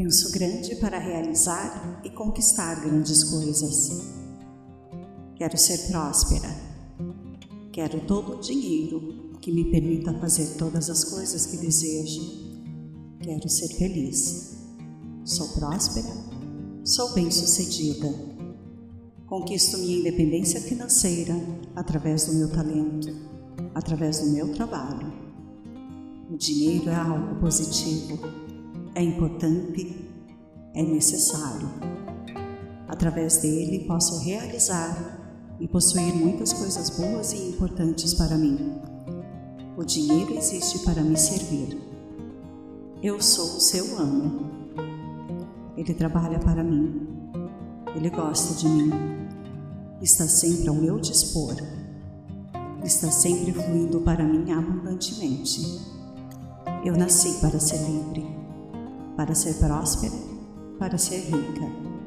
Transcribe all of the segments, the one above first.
Penso grande para realizar e conquistar grandes coisas. Quero ser próspera. Quero todo o dinheiro que me permita fazer todas as coisas que desejo. Quero ser feliz. Sou próspera. Sou bem-sucedida. Conquisto minha independência financeira através do meu talento, através do meu trabalho. O dinheiro é algo positivo. É importante, é necessário. Através dele posso realizar e possuir muitas coisas boas e importantes para mim. O dinheiro existe para me servir. Eu sou o seu amo. Ele trabalha para mim. Ele gosta de mim. Está sempre ao meu dispor. Está sempre fluindo para mim abundantemente. Eu nasci para ser livre, para ser próspera, para ser rica.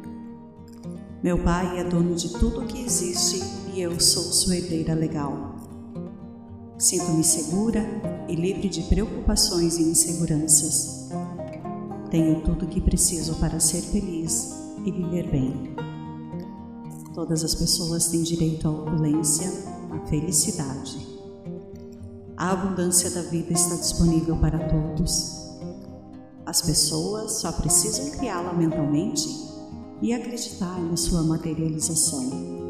Meu pai é dono de tudo que existe e eu sou sua herdeira legal. Sinto-me segura e livre de preocupações e inseguranças. Tenho tudo o que preciso para ser feliz e viver bem. Todas as pessoas têm direito à opulência, à felicidade. A abundância da vida está disponível para todos. As pessoas só precisam criá-la mentalmente e acreditar na sua materialização.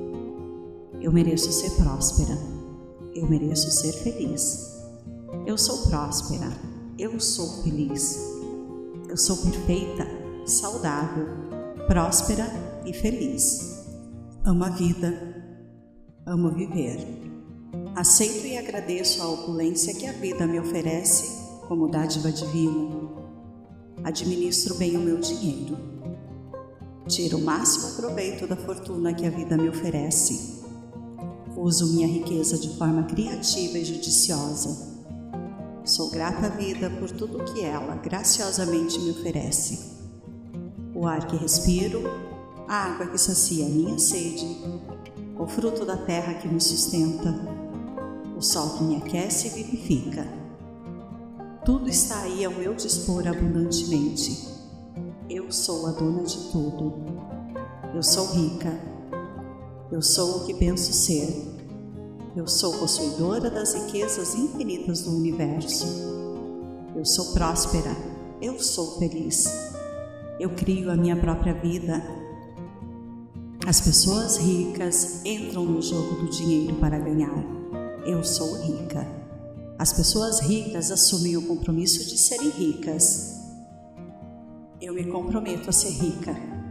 Eu mereço ser próspera. Eu mereço ser feliz. Eu sou próspera. Eu sou feliz. Eu sou perfeita, saudável, próspera e feliz. Amo a vida. Amo viver. Aceito e agradeço a opulência que a vida me oferece como dádiva divina. Administro bem o meu dinheiro. Tiro o máximo proveito da fortuna que a vida me oferece. Uso minha riqueza de forma criativa e judiciosa. Sou grata à vida por tudo que ela graciosamente me oferece. O ar que respiro, a água que sacia a minha sede, o fruto da terra que me sustenta, o sol que me aquece e vivifica. Tudo está aí ao meu dispor abundantemente. Eu sou a dona de tudo. Eu sou rica. Eu sou o que penso ser. Eu sou possuidora das riquezas infinitas do universo. Eu sou próspera. Eu sou feliz. Eu crio a minha própria vida. As pessoas ricas entram no jogo do dinheiro para ganhar. Eu sou rica. As pessoas ricas assumem o compromisso de serem ricas. Eu me comprometo a ser rica.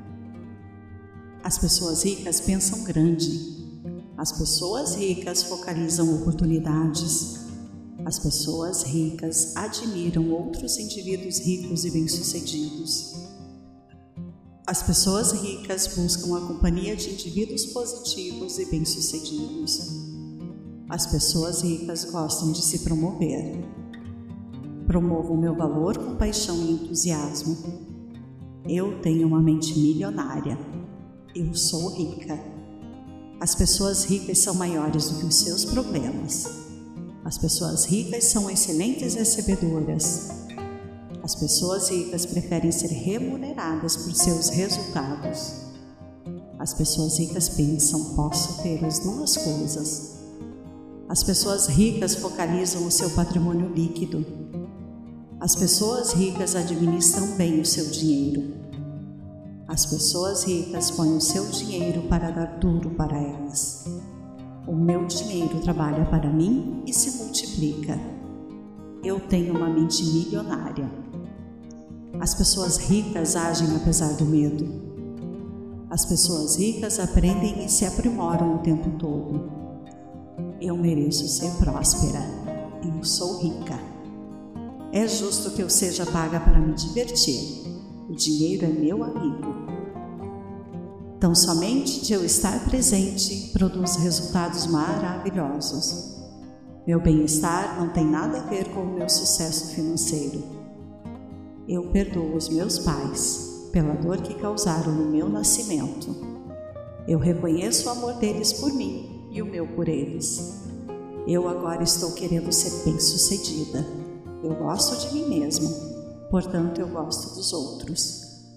As pessoas ricas pensam grande. As pessoas ricas focalizam oportunidades. As pessoas ricas admiram outros indivíduos ricos e bem-sucedidos. As pessoas ricas buscam a companhia de indivíduos positivos e bem-sucedidos. As pessoas ricas gostam de se promover. Promovo o meu valor com paixão e entusiasmo. Eu tenho uma mente milionária. Eu sou rica. As pessoas ricas são maiores do que os seus problemas. As pessoas ricas são excelentes recebedoras. As pessoas ricas preferem ser remuneradas por seus resultados. As pessoas ricas pensam: posso ter as duas coisas. As pessoas ricas focalizam o seu patrimônio líquido. As pessoas ricas administram bem o seu dinheiro. As pessoas ricas põem o seu dinheiro para dar duro para elas. O meu dinheiro trabalha para mim e se multiplica. Eu tenho uma mente milionária. As pessoas ricas agem apesar do medo. As pessoas ricas aprendem e se aprimoram o tempo todo. Eu mereço ser próspera. Eu sou rica. É justo que eu seja paga para me divertir. O dinheiro é meu amigo. Tão somente de eu estar presente produz resultados maravilhosos. Meu bem-estar não tem nada a ver com o meu sucesso financeiro. Eu perdoo os meus pais pela dor que causaram no meu nascimento. Eu reconheço o amor deles por mim e o meu por eles. Eu agora estou querendo ser bem-sucedida. Eu gosto de mim mesma, portanto eu gosto dos outros.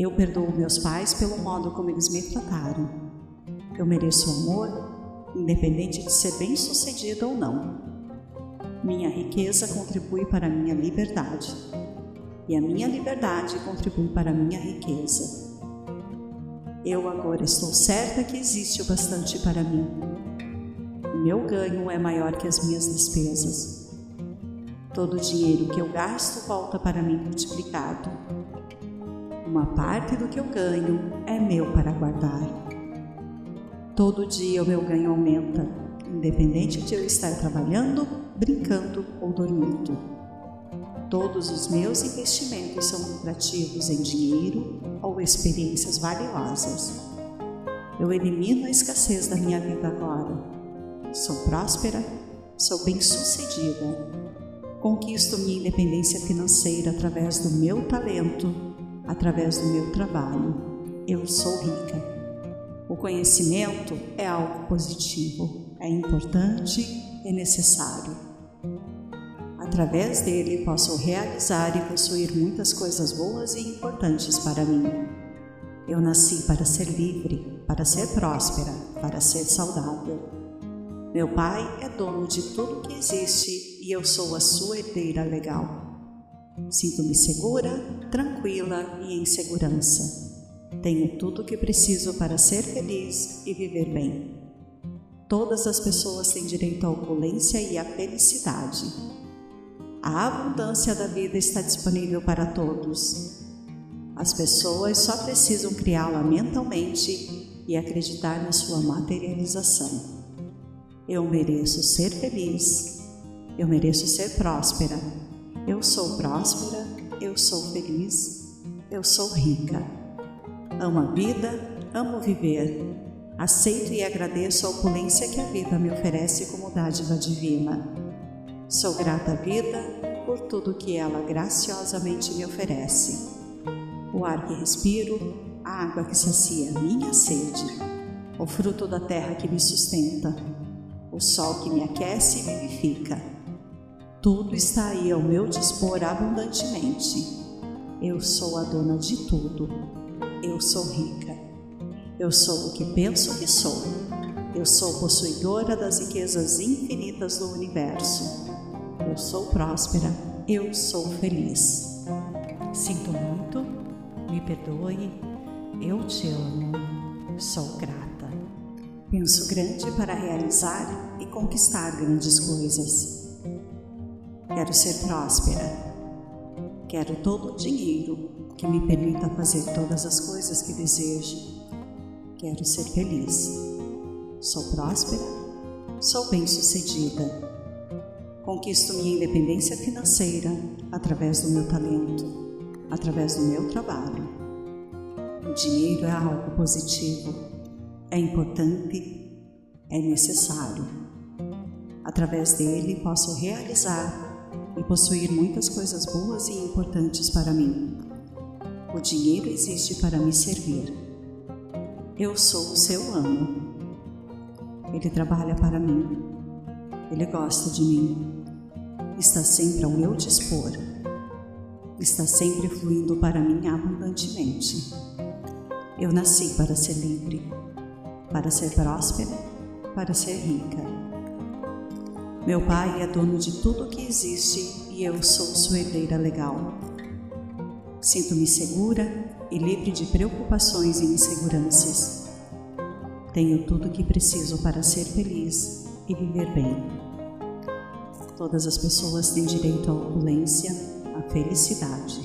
Eu perdoo meus pais pelo modo como eles me trataram. Eu mereço amor, independente de ser bem-sucedida ou não. Minha riqueza contribui para a minha liberdade, e a minha liberdade contribui para a minha riqueza. Eu agora estou certa que existe o bastante para mim. Meu ganho é maior que as minhas despesas. Todo o dinheiro que eu gasto volta para mim multiplicado. Uma parte do que eu ganho é meu para guardar. Todo dia o meu ganho aumenta, independente de eu estar trabalhando, brincando ou dormindo. Todos os meus investimentos são lucrativos em dinheiro ou experiências valiosas. Eu elimino a escassez da minha vida agora. Sou próspera, sou bem-sucedida. Conquisto minha independência financeira através do meu talento, através do meu trabalho. Eu sou rica. O conhecimento é algo positivo, é importante, é necessário. Através dele posso realizar e possuir muitas coisas boas e importantes para mim. Eu nasci para ser livre, para ser próspera, para ser saudável. Meu pai é dono de tudo que existe e eu sou a sua herdeira legal. Sinto-me segura, tranquila e em segurança. Tenho tudo o que preciso para ser feliz e viver bem. Todas as pessoas têm direito à opulência e à felicidade. A abundância da vida está disponível para todos. As pessoas só precisam criá-la mentalmente e acreditar na sua materialização. Eu mereço ser feliz. Eu mereço ser próspera. Eu sou próspera. Eu sou feliz. Eu sou rica. Amo a vida, amo viver. Aceito e agradeço a opulência que a vida me oferece como dádiva divina. Sou grata à vida por tudo que ela graciosamente me oferece. O ar que respiro, a água que sacia a minha sede, o fruto da terra que me sustenta, o sol que me aquece e vivifica. Tudo está aí ao meu dispor abundantemente. Eu sou a dona de tudo. Eu sou rica. Eu sou o que penso que sou. Eu sou possuidora das riquezas infinitas do universo. Eu sou próspera. Eu sou feliz. Sinto muito. Me perdoe. Eu te amo. Sou grata. Penso grande para realizar e conquistar grandes coisas. Quero ser próspera. Quero todo o dinheiro que me permita fazer todas as coisas que desejo. Quero ser feliz. Sou próspera. Sou bem-sucedida. Conquisto minha independência financeira através do meu talento, através do meu trabalho. O dinheiro é algo positivo, é importante, é necessário. Através dele posso realizar e possuir muitas coisas boas e importantes para mim. O dinheiro existe para me servir. Eu sou o seu amo. Ele trabalha para mim. Ele gosta de mim. Está sempre ao meu dispor. Está sempre fluindo para mim abundantemente. Eu nasci para ser livre, para ser próspera, para ser rica. Meu pai é dono de tudo que existe e eu sou sua herdeira legal. Sinto-me segura e livre de preocupações e inseguranças. Tenho tudo o que preciso para ser feliz e viver bem. Todas as pessoas têm direito à opulência, à felicidade.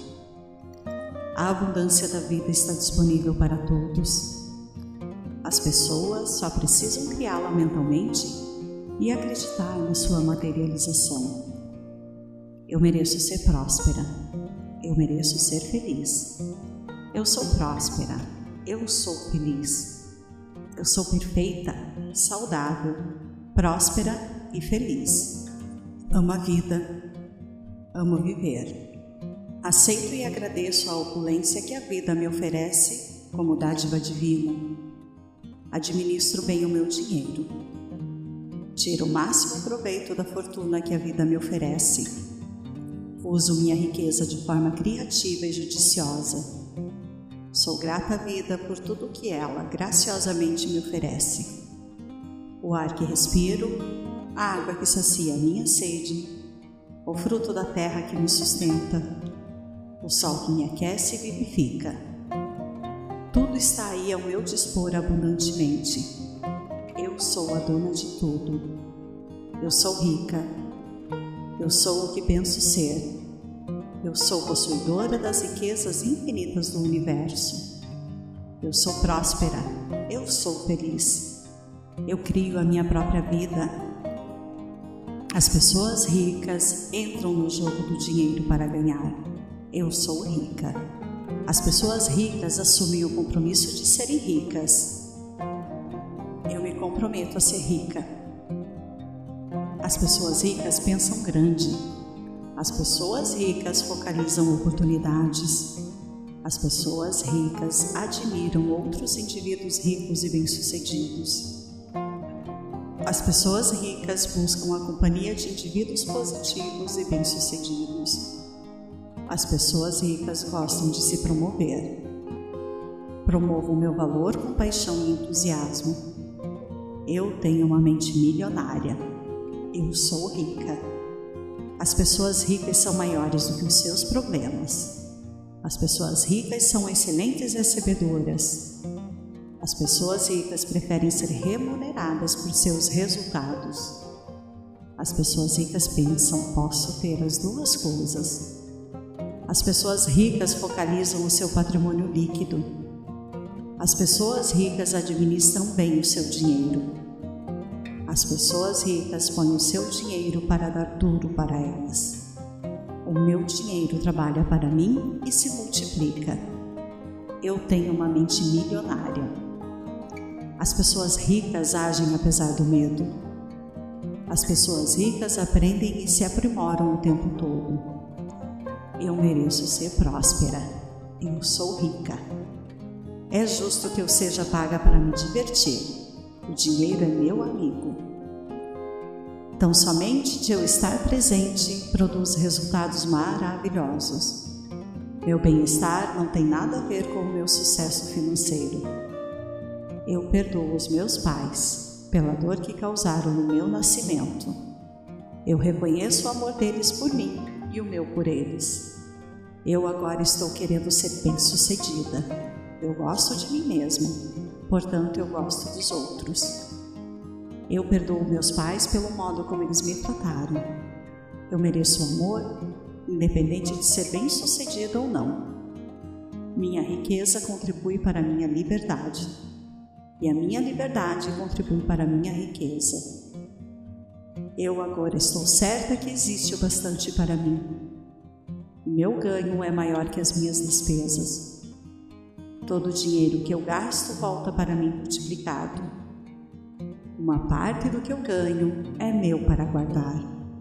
A abundância da vida está disponível para todos. As pessoas só precisam criá-la mentalmente e acreditar na sua materialização. Eu mereço ser próspera. Eu mereço ser feliz. Eu sou próspera. Eu sou feliz. Eu sou perfeita, saudável, próspera e feliz. Amo a vida. Amo viver. Aceito e agradeço a opulência que a vida me oferece como dádiva divina. Administro bem o meu dinheiro. Tiro o máximo proveito da fortuna que a vida me oferece. Uso minha riqueza de forma criativa e judiciosa. Sou grata à vida por tudo que ela graciosamente me oferece. O ar que respiro, a água que sacia a minha sede, o fruto da terra que me sustenta, o sol que me aquece e vivifica. Tudo está aí ao meu dispor abundantemente. Eu sou a dona de tudo. Eu sou rica. Eu sou o que penso ser. Eu sou possuidora das riquezas infinitas do universo. Eu sou próspera. Eu sou feliz. Eu crio a minha própria vida. As pessoas ricas entram no jogo do dinheiro para ganhar. Eu sou rica. As pessoas ricas assumem o compromisso de serem ricas. Eu me comprometo a ser rica. As pessoas ricas pensam grande. As pessoas ricas focalizam oportunidades. As pessoas ricas admiram outros indivíduos ricos e bem-sucedidos. As pessoas ricas buscam a companhia de indivíduos positivos e bem-sucedidos. As pessoas ricas gostam de se promover. Promovo o meu valor com paixão e entusiasmo. Eu tenho uma mente milionária. Eu sou rica. As pessoas ricas são maiores do que os seus problemas. As pessoas ricas são excelentes recebedoras. As pessoas ricas preferem ser remuneradas por seus resultados. As pessoas ricas pensam: posso ter as duas coisas. As pessoas ricas focalizam o seu patrimônio líquido. As pessoas ricas administram bem o seu dinheiro. As pessoas ricas põem o seu dinheiro para dar duro para elas. O meu dinheiro trabalha para mim e se multiplica. Eu tenho uma mente milionária. As pessoas ricas agem apesar do medo. As pessoas ricas aprendem e se aprimoram o tempo todo. Eu mereço ser próspera. Eu sou rica. É justo que eu seja paga para me divertir. O dinheiro é meu amigo. Tão somente de eu estar presente produz resultados maravilhosos. Meu bem-estar não tem nada a ver com o meu sucesso financeiro. Eu perdoo os meus pais pela dor que causaram no meu nascimento. Eu reconheço o amor deles por mim e o meu por eles. Eu agora estou querendo ser bem-sucedida. Eu gosto de mim mesma, portanto eu gosto dos outros. Eu perdoo meus pais pelo modo como eles me trataram. Eu mereço amor, independente de ser bem-sucedida ou não. Minha riqueza contribui para a minha liberdade, e a minha liberdade contribui para a minha riqueza. Eu agora estou certa que existe o bastante para mim. O meu ganho é maior que as minhas despesas. Todo o dinheiro que eu gasto volta para mim multiplicado. Uma parte do que eu ganho é meu para guardar.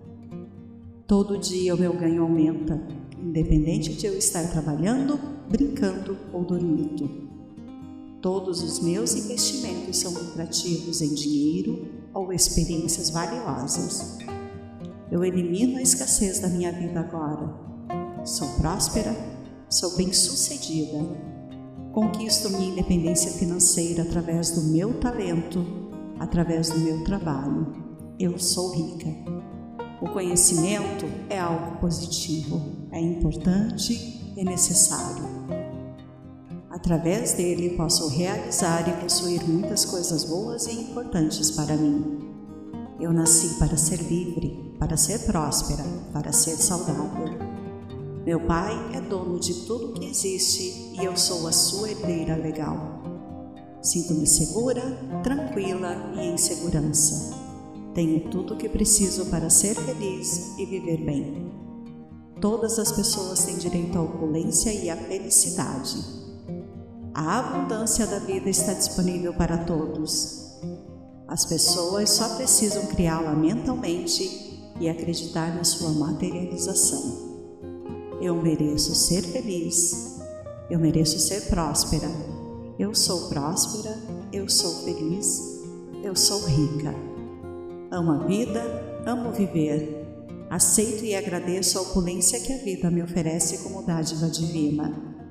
Todo dia o meu ganho aumenta, independente de eu estar trabalhando, brincando ou dormindo. Todos os meus investimentos são lucrativos em dinheiro ou experiências valiosas. Eu elimino a escassez da minha vida agora. Sou próspera, sou bem-sucedida. Conquisto minha independência financeira através do meu talento, através do meu trabalho. Eu sou rica. O conhecimento é algo positivo, é importante e necessário. Através dele posso realizar e possuir muitas coisas boas e importantes para mim. Eu nasci para ser livre, para ser próspera, para ser saudável. Meu pai é dono de tudo que existe e eu sou a sua herdeira legal. Sinto-me segura, tranquila e em segurança. Tenho tudo o que preciso para ser feliz e viver bem. Todas as pessoas têm direito à opulência e à felicidade. A abundância da vida está disponível para todos. As pessoas só precisam criá-la mentalmente e acreditar na sua materialização. Eu mereço ser feliz. Eu mereço ser próspera. Eu sou próspera. Eu sou feliz. Eu sou rica. Amo a vida, amo viver. Aceito e agradeço a opulência que a vida me oferece como dádiva divina.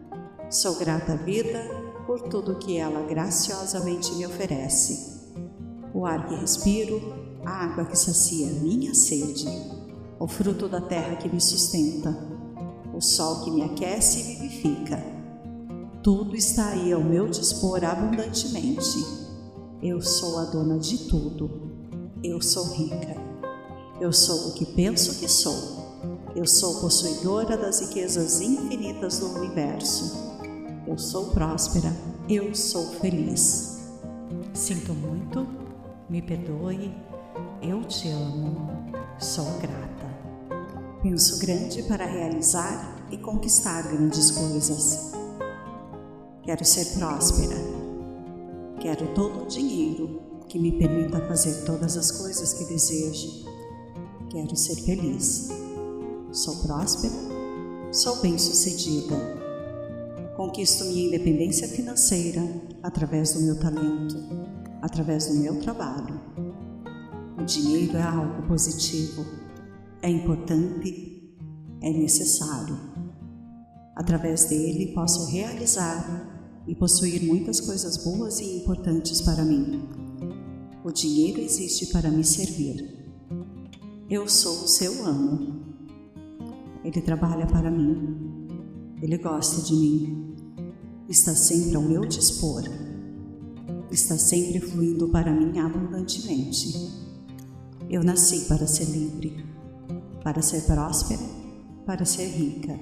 Sou grata à vida por tudo que ela graciosamente me oferece. O ar que respiro, a água que sacia minha sede, o fruto da terra que me sustenta, o sol que me aquece e vivifica. Tudo está aí ao meu dispor abundantemente. Eu sou a dona de tudo. Eu sou rica. Eu sou o que penso que sou. Eu sou possuidora das riquezas infinitas do universo. Eu sou próspera. Eu sou feliz. Sinto muito. Me perdoe. Eu te amo. Sou grata. Penso grande para realizar e conquistar grandes coisas. Quero ser próspera. Quero todo o dinheiro que me permita fazer todas as coisas que desejo. Quero ser feliz. Sou próspera. Sou bem-sucedida. Conquisto minha independência financeira através do meu talento, através do meu trabalho. O dinheiro é algo positivo, é importante, é necessário. Através dele posso realizar e possuir muitas coisas boas e importantes para mim. O dinheiro existe para me servir. Eu sou o seu amo. Ele trabalha para mim. Ele gosta de mim. Está sempre ao meu dispor. Está sempre fluindo para mim abundantemente. Eu nasci para ser livre, para ser próspera, para ser rica.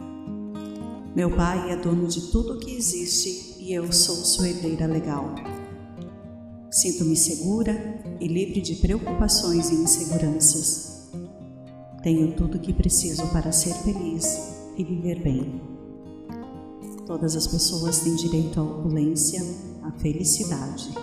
Meu pai é dono de tudo que existe e eu sou sua herdeira legal. Sinto-me segura e livre de preocupações e inseguranças. Tenho tudo o que preciso para ser feliz e viver bem. Todas as pessoas têm direito à opulência, à felicidade.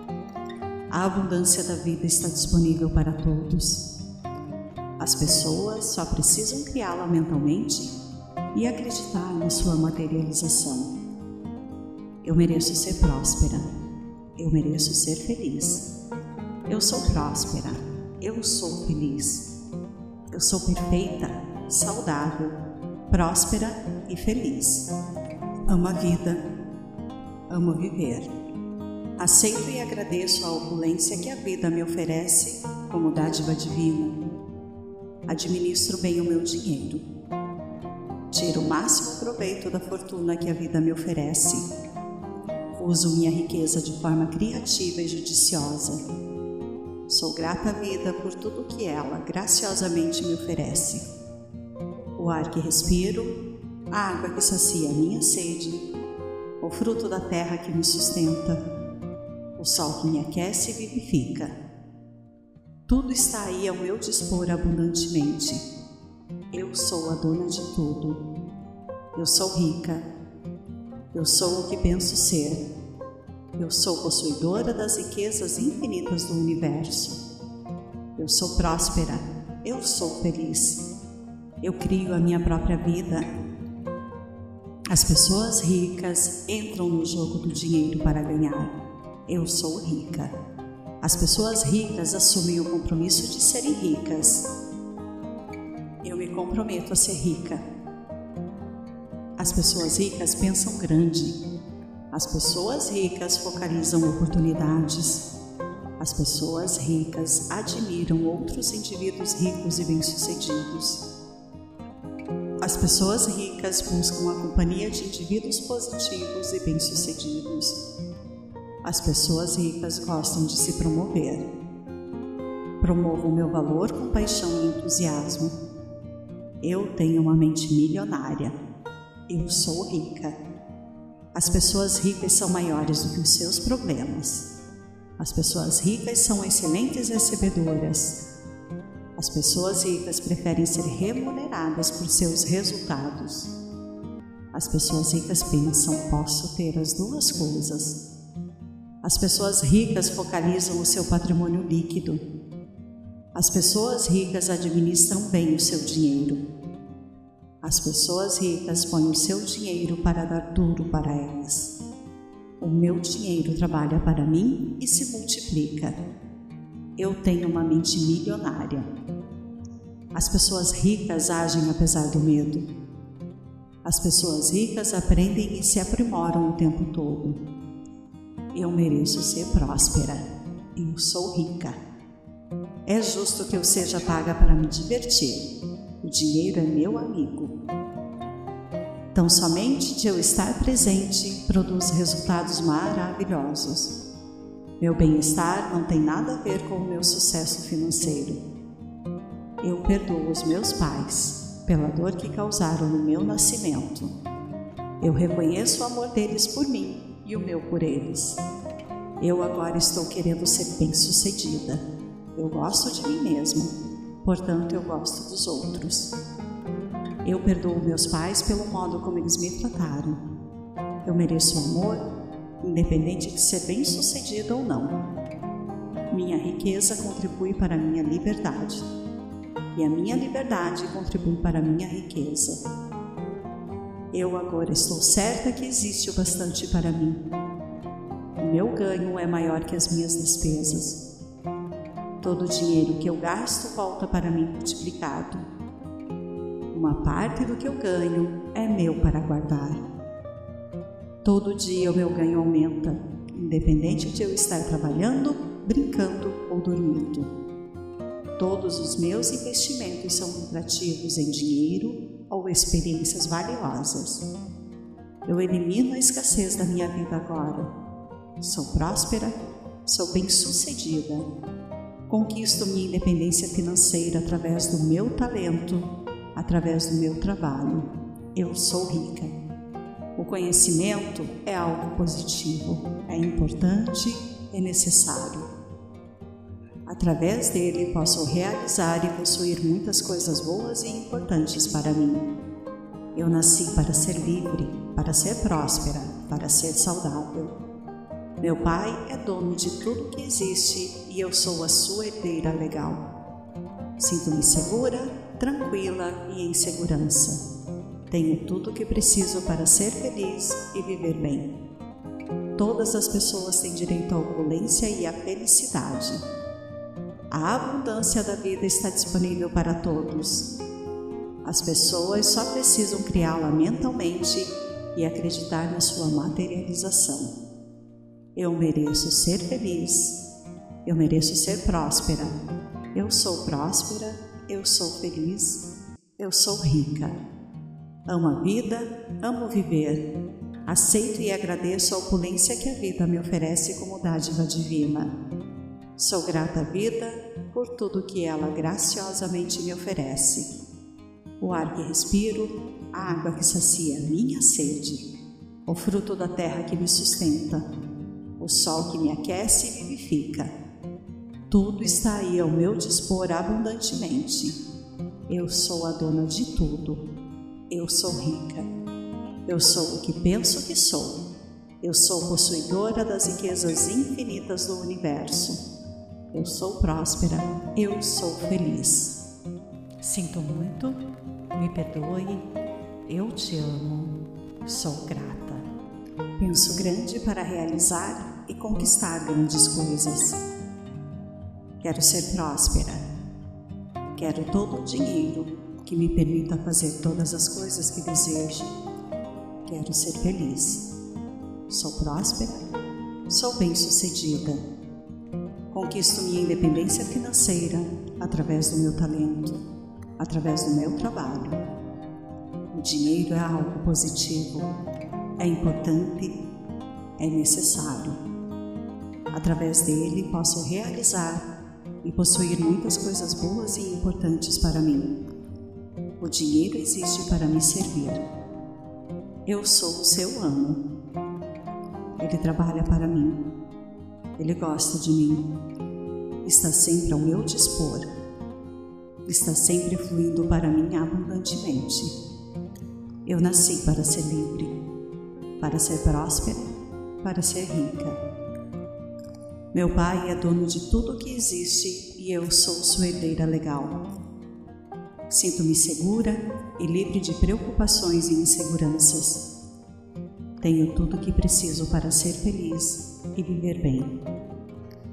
A abundância da vida está disponível para todos. As pessoas só precisam criá-la mentalmente e acreditar na sua materialização. Eu mereço ser próspera. Eu mereço ser feliz. Eu sou próspera. Eu sou feliz. Eu sou perfeita, saudável, próspera e feliz. Amo a vida. Amo viver. Aceito e agradeço a opulência que a vida me oferece como dádiva divina. Administro bem o meu dinheiro. Tiro o máximo proveito da fortuna que a vida me oferece. Uso minha riqueza de forma criativa e judiciosa. Sou grata à vida por tudo que ela graciosamente me oferece. O ar que respiro, a água que sacia a minha sede, o fruto da terra que me sustenta, o sol que me aquece e vivifica. Tudo está aí ao meu dispor abundantemente. Eu sou a dona de tudo. Eu sou rica. Eu sou o que penso ser. Eu sou possuidora das riquezas infinitas do universo. Eu sou próspera. Eu sou feliz. Eu crio a minha própria vida. As pessoas ricas entram no jogo do dinheiro para ganhar. Eu sou rica. As pessoas ricas assumem o compromisso de serem ricas. Eu me comprometo a ser rica. As pessoas ricas pensam grande. As pessoas ricas focalizam oportunidades. As pessoas ricas admiram outros indivíduos ricos e bem-sucedidos. As pessoas ricas buscam a companhia de indivíduos positivos e bem-sucedidos. As pessoas ricas gostam de se promover. Promovo o meu valor com paixão e entusiasmo. Eu tenho uma mente milionária. Eu sou rica. As pessoas ricas são maiores do que os seus problemas. As pessoas ricas são excelentes recebedoras. As pessoas ricas preferem ser remuneradas por seus resultados. As pessoas ricas pensam: posso ter as duas coisas. As pessoas ricas focalizam o seu patrimônio líquido. As pessoas ricas administram bem o seu dinheiro. As pessoas ricas põem o seu dinheiro para dar duro para elas. O meu dinheiro trabalha para mim e se multiplica. Eu tenho uma mente milionária. As pessoas ricas agem apesar do medo. As pessoas ricas aprendem e se aprimoram o tempo todo. Eu mereço ser próspera. Eu sou rica. É justo que eu seja paga para me divertir. O dinheiro é meu amigo. Tão somente de eu estar presente produz resultados maravilhosos. Meu bem-estar não tem nada a ver com o meu sucesso financeiro. Eu perdoo os meus pais pela dor que causaram no meu nascimento. Eu reconheço o amor deles por mim e o meu por eles. Eu agora estou querendo ser bem-sucedida. Eu gosto de mim mesma, portanto eu gosto dos outros. Eu perdoo meus pais pelo modo como eles me trataram. Eu mereço amor, independente de ser bem-sucedida ou não. Minha riqueza contribui para a minha liberdade. E a minha liberdade contribui para a minha riqueza. Eu agora estou certa que existe o bastante para mim. O meu ganho é maior que as minhas despesas. Todo o dinheiro que eu gasto volta para mim multiplicado. Uma parte do que eu ganho é meu para guardar. Todo dia o meu ganho aumenta, independente de eu estar trabalhando, brincando ou dormindo. Todos os meus investimentos são lucrativos em dinheiro ou experiências valiosas. Eu elimino a escassez da minha vida agora. Sou próspera, sou bem-sucedida. Conquisto minha independência financeira através do meu talento, através do meu trabalho. Eu sou rica. O conhecimento é algo positivo, é importante, é necessário. Através dele posso realizar e possuir muitas coisas boas e importantes para mim. Eu nasci para ser livre, para ser próspera, para ser saudável. Meu pai é dono de tudo que existe e eu sou a sua herdeira legal. Sinto-me segura, tranquila e em segurança. Tenho tudo o que preciso para ser feliz e viver bem. Todas as pessoas têm direito à opulência e à felicidade. A abundância da vida está disponível para todos. As pessoas só precisam criá-la mentalmente e acreditar na sua materialização. Eu mereço ser feliz. Eu mereço ser próspera. Eu sou próspera. Eu sou feliz. Eu sou rica. Amo a vida, amo viver. Aceito e agradeço a opulência que a vida me oferece como dádiva divina. Sou grata à vida por tudo que ela graciosamente me oferece. O ar que respiro, a água que sacia minha sede, o fruto da terra que me sustenta, o sol que me aquece e vivifica. Tudo está aí ao meu dispor abundantemente. Eu sou a dona de tudo. Eu sou rica. Eu sou o que penso que sou. Eu sou possuidora das riquezas infinitas do universo. Eu sou próspera, eu sou feliz. Sinto muito, me perdoe, eu te amo, sou grata. Penso grande para realizar e conquistar grandes coisas. Quero ser próspera. Quero todo o dinheiro que me permita fazer todas as coisas que desejo. Quero ser feliz. Sou próspera, sou bem-sucedida. Conquisto minha independência financeira através do meu talento, através do meu trabalho. O dinheiro é algo positivo, é importante, é necessário. Através dele posso realizar e possuir muitas coisas boas e importantes para mim. O dinheiro existe para me servir. Eu sou o seu amo. Ele trabalha para mim. Ele gosta de mim. Está sempre ao meu dispor. Está sempre fluindo para mim abundantemente. Eu nasci para ser livre, para ser próspera, para ser rica. Meu pai é dono de tudo que existe e eu sou sua herdeira legal. Sinto-me segura e livre de preocupações e inseguranças. Tenho tudo o que preciso para ser feliz e viver bem.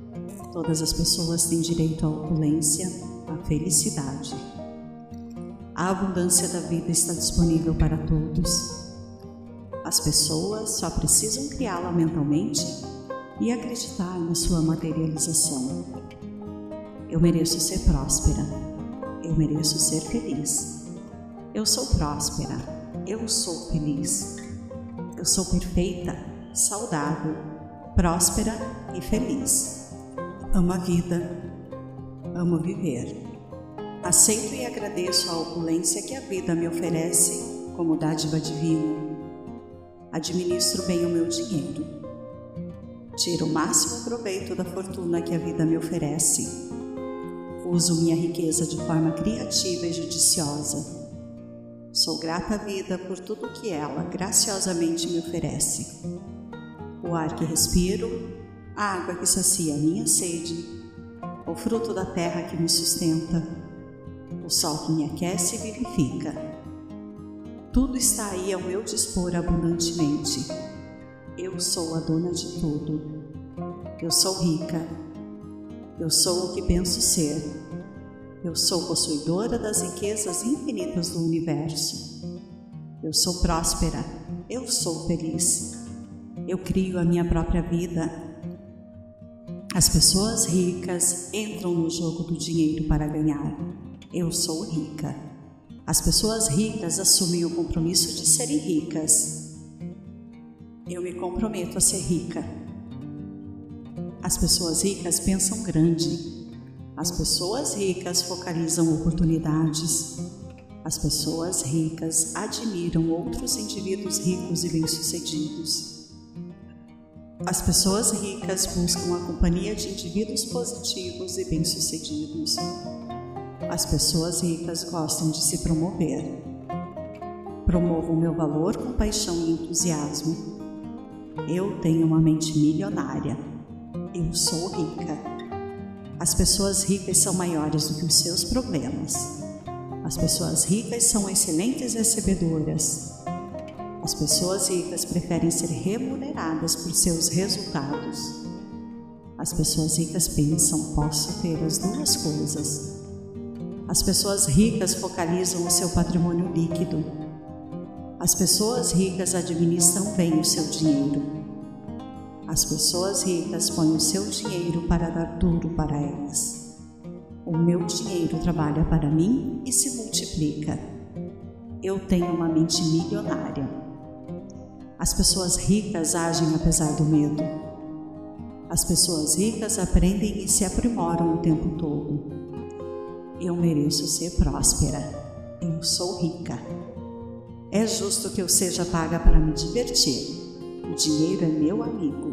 Todas as pessoas têm direito à opulência, à felicidade. A abundância da vida está disponível para todos. As pessoas só precisam criá-la mentalmente e acreditar na sua materialização. Eu mereço ser próspera. Eu mereço ser feliz. Eu sou próspera. Eu sou feliz. Eu sou perfeita, saudável, próspera e feliz. Amo a vida. Amo viver. Aceito e agradeço a opulência que a vida me oferece como dádiva divina. Administro bem o meu dinheiro. Tiro o máximo proveito da fortuna que a vida me oferece. Uso minha riqueza de forma criativa e judiciosa. Sou grata à vida por tudo que ela graciosamente me oferece. O ar que respiro, a água que sacia a minha sede, o fruto da terra que me sustenta, o sol que me aquece e vivifica. Tudo está aí ao meu dispor abundantemente. Eu sou a dona de tudo. Eu sou rica. Eu sou o que penso ser. Eu sou possuidora das riquezas infinitas do universo. Eu sou próspera. Eu sou feliz. Eu crio a minha própria vida. As pessoas ricas entram no jogo do dinheiro para ganhar. Eu sou rica. As pessoas ricas assumem o compromisso de serem ricas. Eu me comprometo a ser rica. As pessoas ricas pensam grande. As pessoas ricas focalizam oportunidades. As pessoas ricas admiram outros indivíduos ricos e bem-sucedidos. As pessoas ricas buscam a companhia de indivíduos positivos e bem-sucedidos. As pessoas ricas gostam de se promover. Promovo o meu valor com paixão e entusiasmo. Eu tenho uma mente milionária. Eu sou rica. As pessoas ricas são maiores do que os seus problemas. As pessoas ricas são excelentes recebedoras. As pessoas ricas preferem ser remuneradas por seus resultados. As pessoas ricas pensam: posso ter as duas coisas. As pessoas ricas focalizam o seu patrimônio líquido. As pessoas ricas administram bem o seu dinheiro. As pessoas ricas põem o seu dinheiro para dar duro para elas. O meu dinheiro trabalha para mim e se multiplica. Eu tenho uma mente milionária. As pessoas ricas agem apesar do medo. As pessoas ricas aprendem e se aprimoram o tempo todo. Eu mereço ser próspera. Eu sou rica. É justo que eu seja paga para me divertir. O dinheiro é meu amigo.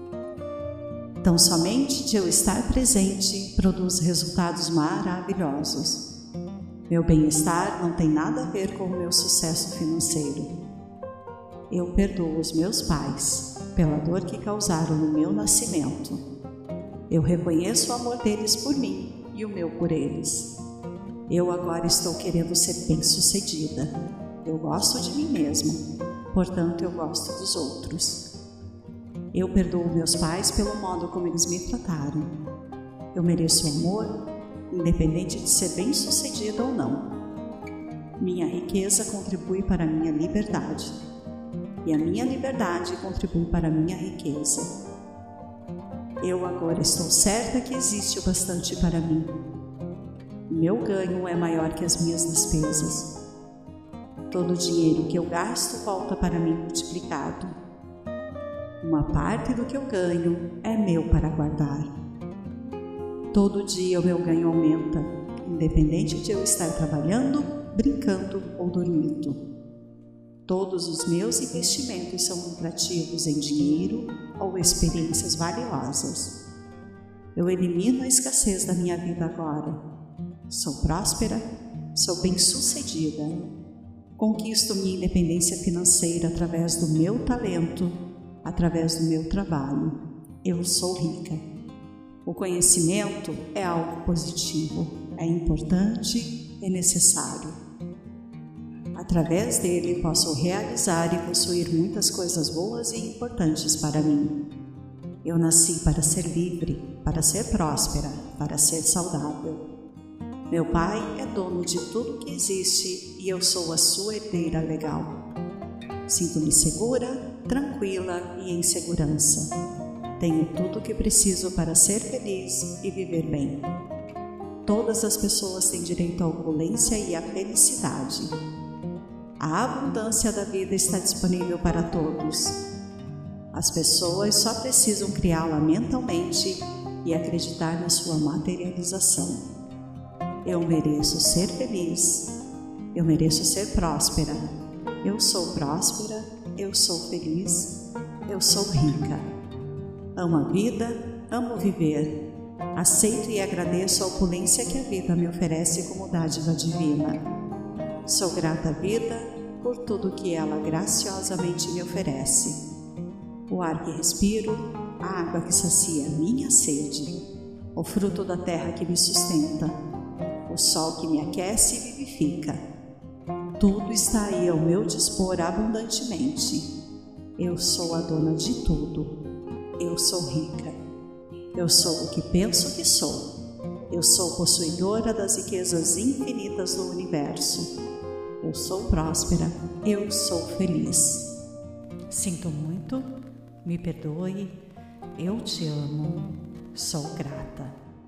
Tão somente de eu estar presente produz resultados maravilhosos. Meu bem-estar não tem nada a ver com o meu sucesso financeiro. Eu perdoo os meus pais pela dor que causaram no meu nascimento. Eu reconheço o amor deles por mim e o meu por eles. Eu agora estou querendo ser bem-sucedida. Eu gosto de mim mesma, portanto eu gosto dos outros. Eu perdoo meus pais pelo modo como eles me trataram. Eu mereço amor, independente de ser bem-sucedida ou não. Minha riqueza contribui para a minha liberdade, e a minha liberdade contribui para a minha riqueza. Eu agora estou certa que existe o bastante para mim. Meu ganho é maior que as minhas despesas. Todo o dinheiro que eu gasto volta para mim multiplicado. Uma parte do que eu ganho é meu para guardar. Todo dia o meu ganho aumenta, independente de eu estar trabalhando, brincando ou dormindo. Todos os meus investimentos são lucrativos em dinheiro ou experiências valiosas. Eu elimino a escassez da minha vida agora. Sou próspera, sou bem-sucedida. Conquisto minha independência financeira através do meu talento, através do meu trabalho. Eu sou rica. O conhecimento é algo positivo, é importante, é necessário. Através dele posso realizar e possuir muitas coisas boas e importantes para mim. Eu nasci para ser livre, para ser próspera, para ser saudável. Meu pai é dono de tudo que existe e eu sou a sua herdeira legal. Sinto-me segura, tranquila e em segurança. Tenho tudo o que preciso para ser feliz e viver bem. Todas as pessoas têm direito à opulência e à felicidade. A abundância da vida está disponível para todos. As pessoas só precisam criá-la mentalmente e acreditar na sua materialização. Eu mereço ser feliz. Eu mereço ser próspera. Eu sou próspera. Eu sou feliz. Eu sou rica. Amo a vida. Amo viver. Aceito e agradeço a opulência que a vida me oferece como dádiva divina. Sou grata à vida por tudo que ela graciosamente me oferece. O ar que respiro, a água que sacia minha sede, o fruto da terra que me sustenta, o sol que me aquece e vivifica. Tudo está aí ao meu dispor abundantemente. Eu sou a dona de tudo. Eu sou rica. Eu sou o que penso que sou. Eu sou possuidora das riquezas infinitas do universo. Eu sou próspera. Eu sou feliz. Sinto muito. Me perdoe, eu te amo, sou grata.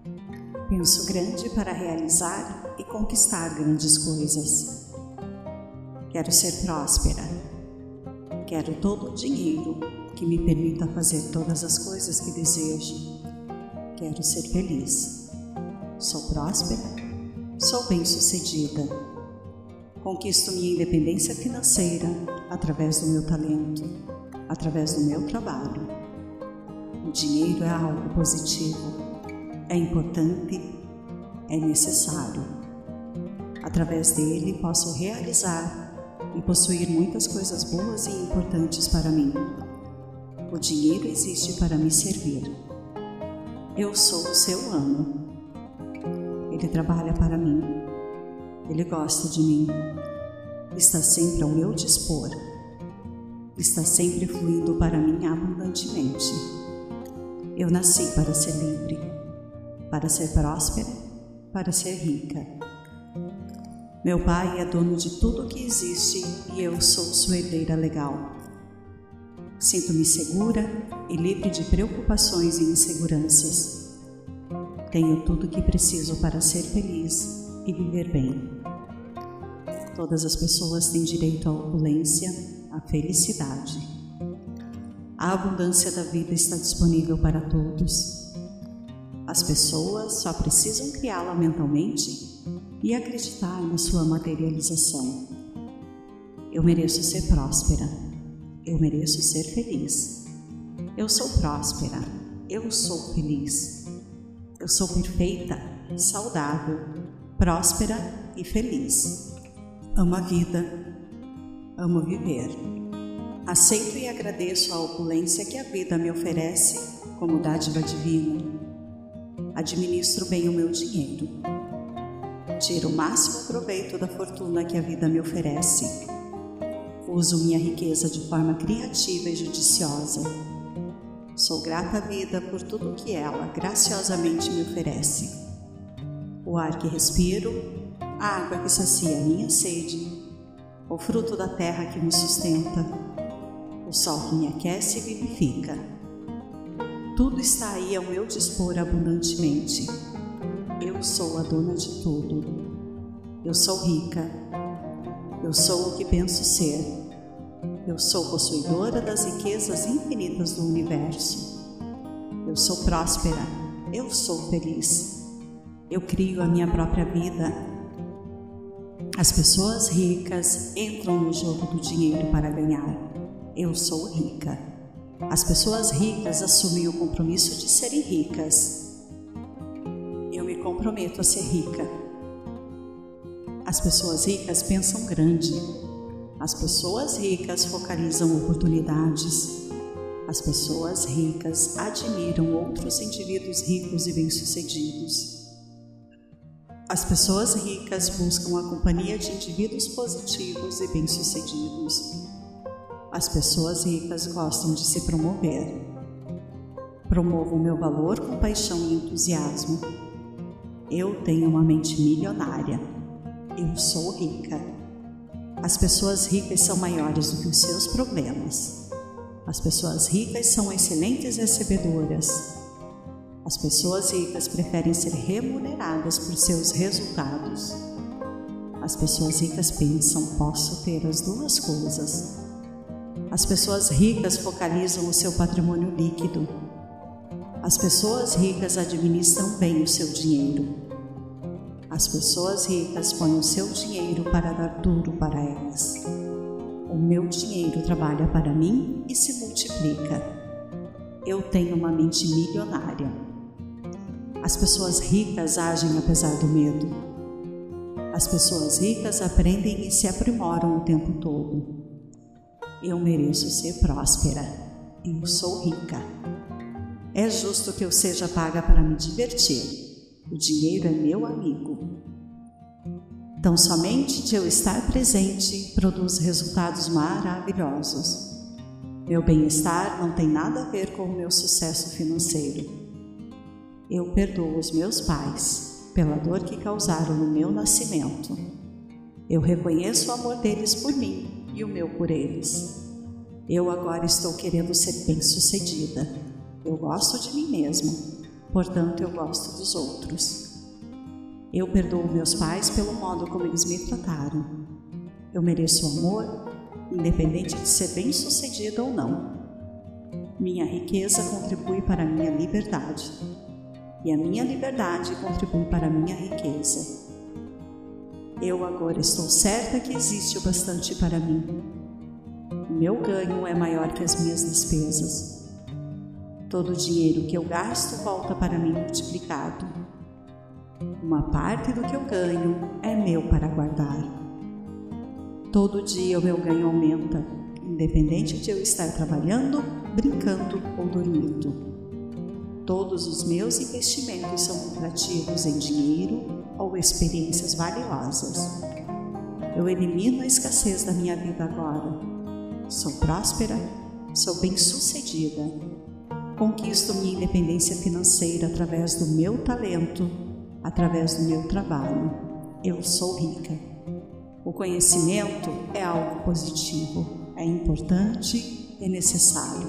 Penso grande para realizar e conquistar grandes coisas. Quero ser próspera. Quero todo o dinheiro que me permita fazer todas as coisas que desejo. Quero ser feliz. Sou próspera, sou bem-sucedida. Conquisto minha independência financeira através do meu talento, através do meu trabalho. O dinheiro é algo positivo, é importante, é necessário. Através dele posso realizar e possuir muitas coisas boas e importantes para mim. O dinheiro existe para me servir. Eu sou o seu amo. Ele trabalha para mim. Ele gosta de mim. Está sempre ao meu dispor. Está sempre fluindo para mim abundantemente. Eu nasci para ser livre, para ser próspera, para ser rica. Meu pai é dono de tudo que existe e eu sou sua herdeira legal. Sinto-me segura e livre de preocupações e inseguranças. Tenho tudo o que preciso para ser feliz e viver bem. Todas as pessoas têm direito à opulência, à felicidade. A abundância da vida está disponível para todos. As pessoas só precisam criá-la mentalmente e acreditar na sua materialização. Eu mereço ser próspera. Eu mereço ser feliz. Eu sou próspera. Eu sou feliz. Eu sou perfeita, saudável, próspera e feliz. Amo a vida. Amo viver. Aceito e agradeço a opulência que a vida me oferece como dádiva divina. Administro bem o meu dinheiro. Tiro o máximo proveito da fortuna que a vida me oferece. Uso minha riqueza de forma criativa e judiciosa. Sou grata à vida por tudo que ela graciosamente me oferece. O ar que respiro, a água que sacia minha sede, o fruto da terra que me sustenta, o sol que me aquece e vivifica. Tudo está aí ao meu dispor abundantemente. Eu sou a dona de tudo. Eu sou rica. Eu sou o que penso ser. Eu sou possuidora das riquezas infinitas do universo. Eu sou próspera. Eu sou feliz. Eu crio a minha própria vida. As pessoas ricas entram no jogo do dinheiro para ganhar. Eu sou rica. As pessoas ricas assumem o compromisso de serem ricas. Eu me comprometo a ser rica. As pessoas ricas pensam grande. As pessoas ricas focalizam oportunidades. As pessoas ricas admiram outros indivíduos ricos e bem-sucedidos. As pessoas ricas buscam a companhia de indivíduos positivos e bem-sucedidos. As pessoas ricas gostam de se promover. Promovo o meu valor com paixão e entusiasmo. Eu tenho uma mente milionária. Eu sou rica. As pessoas ricas são maiores do que os seus problemas. As pessoas ricas são excelentes recebedoras. As pessoas ricas preferem ser remuneradas por seus resultados. As pessoas ricas pensam: posso ter as duas coisas. As pessoas ricas focalizam o seu patrimônio líquido. As pessoas ricas administram bem o seu dinheiro. As pessoas ricas põem o seu dinheiro para dar duro para elas. O meu dinheiro trabalha para mim e se multiplica. Eu tenho uma mente milionária. As pessoas ricas agem apesar do medo. As pessoas ricas aprendem e se aprimoram o tempo todo. Eu mereço ser próspera. Eu sou rica. É justo que eu seja paga para me divertir. O dinheiro é meu amigo. Então, somente de eu estar presente produz resultados maravilhosos. Meu bem-estar não tem nada a ver com o meu sucesso financeiro. Eu perdoo os meus pais pela dor que causaram no meu nascimento. Eu reconheço o amor deles por mim e o meu por eles. Eu agora estou querendo ser bem-sucedida. Eu gosto de mim mesma, portanto eu gosto dos outros. Eu perdoo meus pais pelo modo como eles me trataram. Eu mereço amor, independente de ser bem-sucedida ou não. Minha riqueza contribui para a minha liberdade, e a minha liberdade contribui para a minha riqueza. Eu agora estou certa que existe o bastante para mim. O meu ganho é maior que as minhas despesas. Todo o dinheiro que eu gasto volta para mim multiplicado. Uma parte do que eu ganho é meu para guardar. Todo dia o meu ganho aumenta, independente de eu estar trabalhando, brincando ou dormindo. Todos os meus investimentos são lucrativos em dinheiro ou experiências valiosas. Eu elimino a escassez da minha vida agora. Sou próspera, sou bem-sucedida. Conquisto minha independência financeira através do meu talento, através do meu trabalho. Eu sou rica. O conhecimento é algo positivo, é importante, é necessário.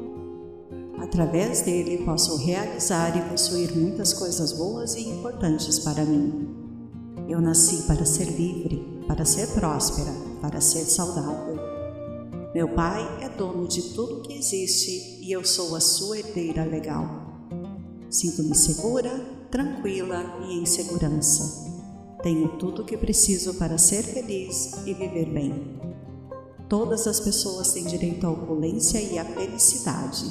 Através dele posso realizar e possuir muitas coisas boas e importantes para mim. Eu nasci para ser livre, para ser próspera, para ser saudável. Meu pai é dono de tudo que existe e eu sou a sua herdeira legal. Sinto-me segura, tranquila e em segurança. Tenho tudo o que preciso para ser feliz e viver bem. Todas as pessoas têm direito à opulência e à felicidade.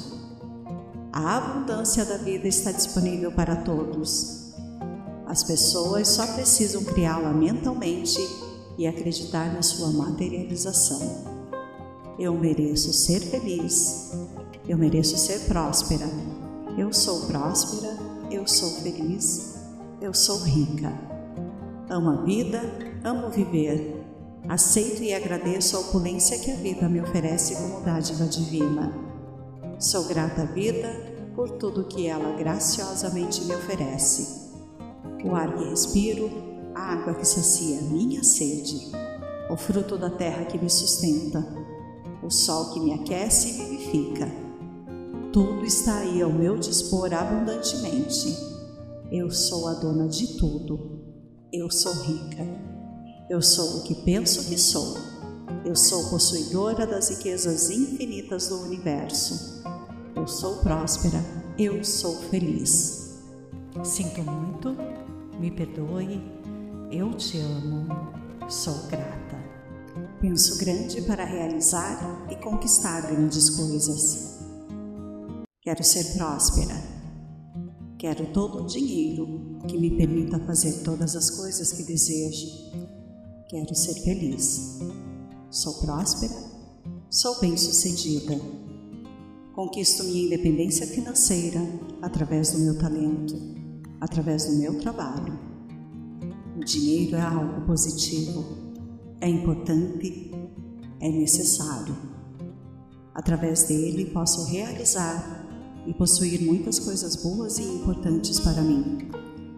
A abundância da vida está disponível para todos. As pessoas só precisam criá-la mentalmente e acreditar na sua materialização. Eu mereço ser feliz. Eu mereço ser próspera. Eu sou próspera. Eu sou feliz. Eu sou rica. Amo a vida, amo viver. Aceito e agradeço a opulência que a vida me oferece como dádiva divina. Sou grata à vida por tudo que ela graciosamente me oferece. O ar que respiro, a água que sacia a minha sede, o fruto da terra que me sustenta, o sol que me aquece e vivifica. Tudo está aí ao meu dispor abundantemente. Eu sou a dona de tudo. Eu sou rica. Eu sou o que penso que sou. Eu sou possuidora das riquezas infinitas do universo. Eu sou próspera. Eu sou feliz. Sinto muito. Me perdoe. Eu te amo. Sou grata. Penso grande para realizar e conquistar grandes coisas. Quero ser próspera. Quero todo o dinheiro que me permita fazer todas as coisas que desejo. Quero ser feliz. Sou próspera. Sou bem-sucedida. Conquisto minha independência financeira através do meu talento, através do meu trabalho. O dinheiro é algo positivo. É importante, é necessário. Através dele posso realizar e possuir muitas coisas boas e importantes para mim.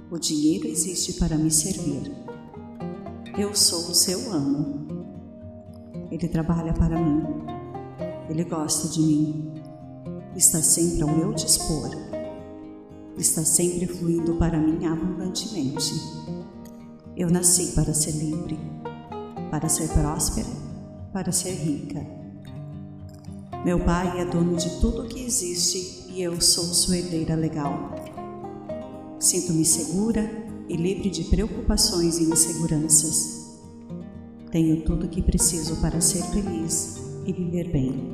O dinheiro existe para me servir. Eu sou o seu amo. Ele trabalha para mim. Ele gosta de mim. Está sempre ao meu dispor. Está sempre fluindo para mim abundantemente. Eu nasci para ser livre, para ser próspera, para ser rica. Meu pai é dono de tudo que existe e eu sou sua herdeira legal. Sinto-me segura e livre de preocupações e inseguranças. Tenho tudo o que preciso para ser feliz e viver bem.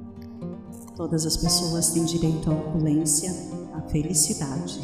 Todas as pessoas têm direito à opulência, à felicidade.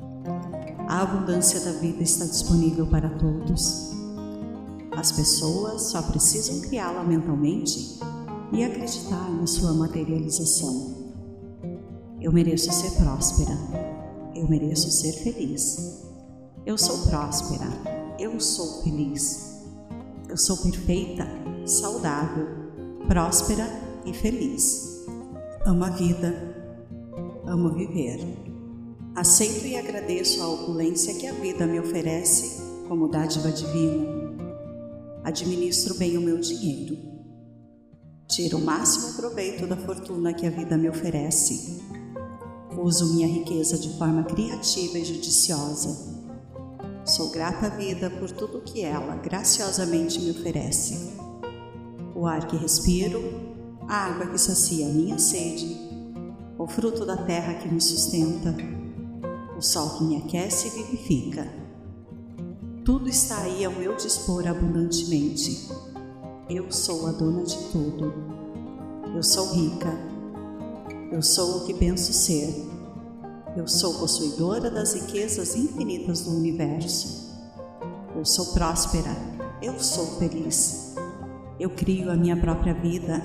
A abundância da vida está disponível para todos. As pessoas só precisam criá-la mentalmente e acreditar na sua materialização. Eu mereço ser próspera. Eu mereço ser feliz. Eu sou próspera. Eu sou feliz. Eu sou perfeita, saudável, próspera e feliz. Amo a vida. Amo viver. Aceito e agradeço a opulência que a vida me oferece como dádiva divina. Administro bem o meu dinheiro. Tiro o máximo proveito da fortuna que a vida me oferece. Uso minha riqueza de forma criativa e judiciosa. Sou grata à vida por tudo que ela graciosamente me oferece. O ar que respiro, a água que sacia a minha sede, o fruto da terra que me sustenta, o sol que me aquece e vivifica. Tudo está aí ao meu dispor abundantemente. Eu sou a dona de tudo. Eu sou rica. Eu sou o que penso ser. Eu sou possuidora das riquezas infinitas do universo. Eu sou próspera. Eu sou feliz. Eu crio a minha própria vida.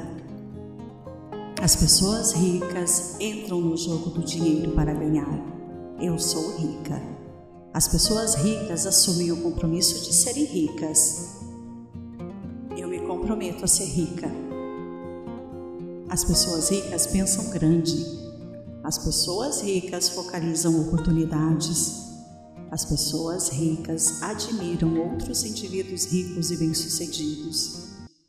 As pessoas ricas entram no jogo do dinheiro para ganhar. Eu sou rica. As pessoas ricas assumem o compromisso de serem ricas. Eu me comprometo a ser rica. As pessoas ricas pensam grande. As pessoas ricas focalizam oportunidades. As pessoas ricas admiram outros indivíduos ricos e bem-sucedidos.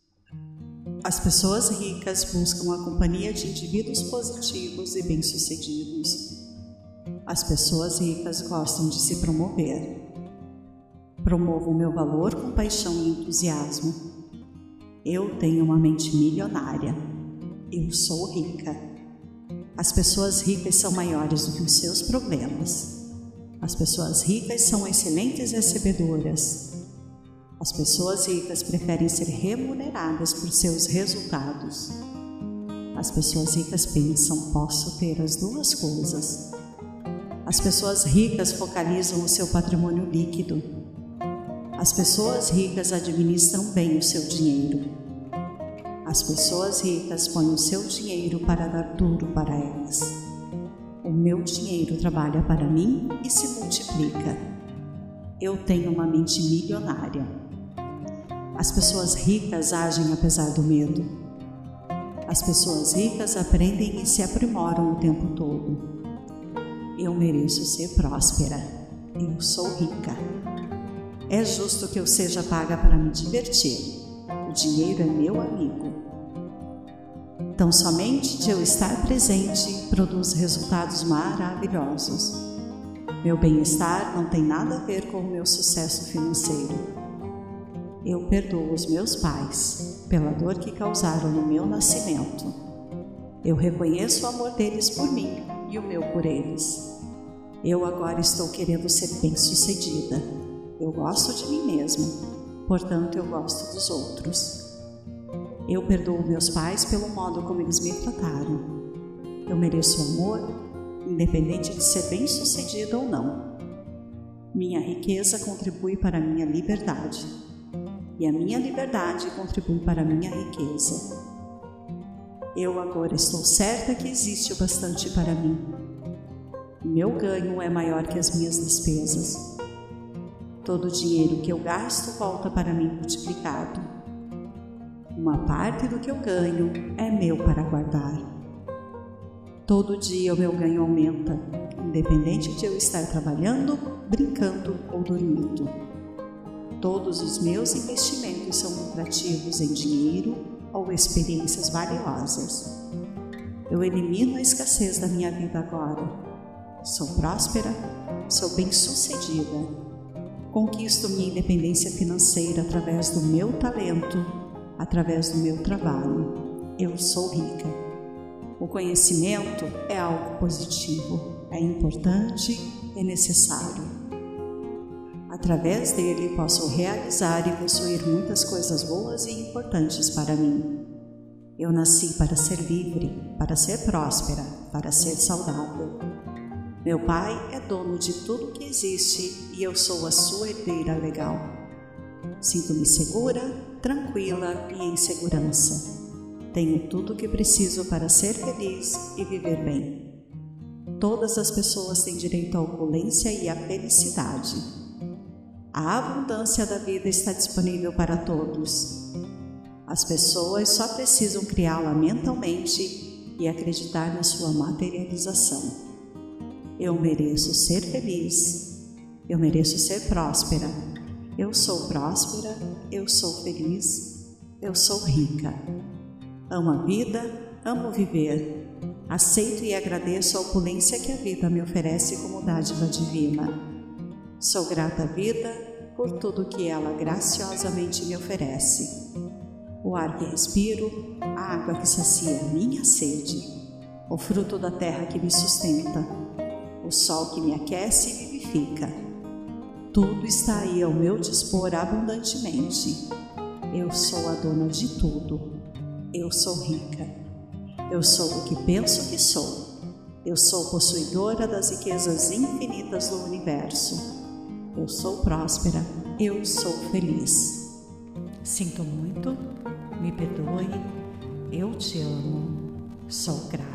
As pessoas ricas buscam a companhia de indivíduos positivos e bem-sucedidos. As pessoas ricas gostam de se promover. Promovo o meu valor com paixão e entusiasmo. Eu tenho uma mente milionária. Eu sou rica. As pessoas ricas são maiores do que os seus problemas. As pessoas ricas são excelentes recebedoras. As pessoas ricas preferem ser remuneradas por seus resultados. As pessoas ricas pensam: posso ter as duas coisas. As pessoas ricas focalizam o seu patrimônio líquido. As pessoas ricas administram bem o seu dinheiro. As pessoas ricas põem o seu dinheiro para dar duro para elas. O meu dinheiro trabalha para mim e se multiplica. Eu tenho uma mente milionária. As pessoas ricas agem apesar do medo. As pessoas ricas aprendem e se aprimoram o tempo todo. Eu mereço ser próspera. Eu sou rica. É justo que eu seja paga para me divertir. O dinheiro é meu amigo. Tão somente de eu estar presente produz resultados maravilhosos. Meu bem-estar não tem nada a ver com o meu sucesso financeiro. Eu perdoo os meus pais pela dor que causaram no meu nascimento. Eu reconheço o amor deles por mim e o meu por eles. Eu agora estou querendo ser bem-sucedida. Eu gosto de mim mesma, portanto eu gosto dos outros. Eu perdoo meus pais pelo modo como eles me trataram. Eu mereço amor, independente de ser bem-sucedida ou não. Minha riqueza contribui para a minha liberdade, e a minha liberdade contribui para a minha riqueza. Eu agora estou certa que existe o bastante para mim. Meu ganho é maior que as minhas despesas. Todo o dinheiro que eu gasto volta para mim multiplicado. Uma parte do que eu ganho é meu para guardar. Todo dia o meu ganho aumenta, independente de eu estar trabalhando, brincando ou dormindo. Todos os meus investimentos são lucrativos em dinheiro ou experiências valiosas. Eu elimino a escassez da minha vida agora. Sou próspera, sou bem-sucedida. Conquisto minha independência financeira através do meu talento, através do meu trabalho. Eu sou rica. O conhecimento é algo positivo, é importante, é necessário. Através dele posso realizar e possuir muitas coisas boas e importantes para mim. Eu nasci para ser livre, para ser próspera, para ser saudável. Meu pai é dono de tudo que existe e eu sou a sua herdeira legal. Sinto-me segura, tranquila e em segurança. Tenho tudo o que preciso para ser feliz e viver bem. Todas as pessoas têm direito à opulência e à felicidade. A abundância da vida está disponível para todos. As pessoas só precisam criá-la mentalmente e acreditar na sua materialização. Eu mereço ser feliz. Eu mereço ser próspera. Eu sou próspera. Eu sou feliz. Eu sou rica. Amo a vida, amo viver. Aceito e agradeço a opulência que a vida me oferece como dádiva divina. Sou grata à vida por tudo que ela graciosamente me oferece. O ar que respiro, a água que sacia minha sede, o fruto da terra que me sustenta, o sol que me aquece e vivifica. Tudo está aí ao meu dispor abundantemente. Eu sou a dona de tudo. Eu sou rica. Eu sou o que penso que sou. Eu sou possuidora das riquezas infinitas do universo. Eu sou próspera. Eu sou feliz. Sinto muito, me perdoe, eu te amo, sou grata.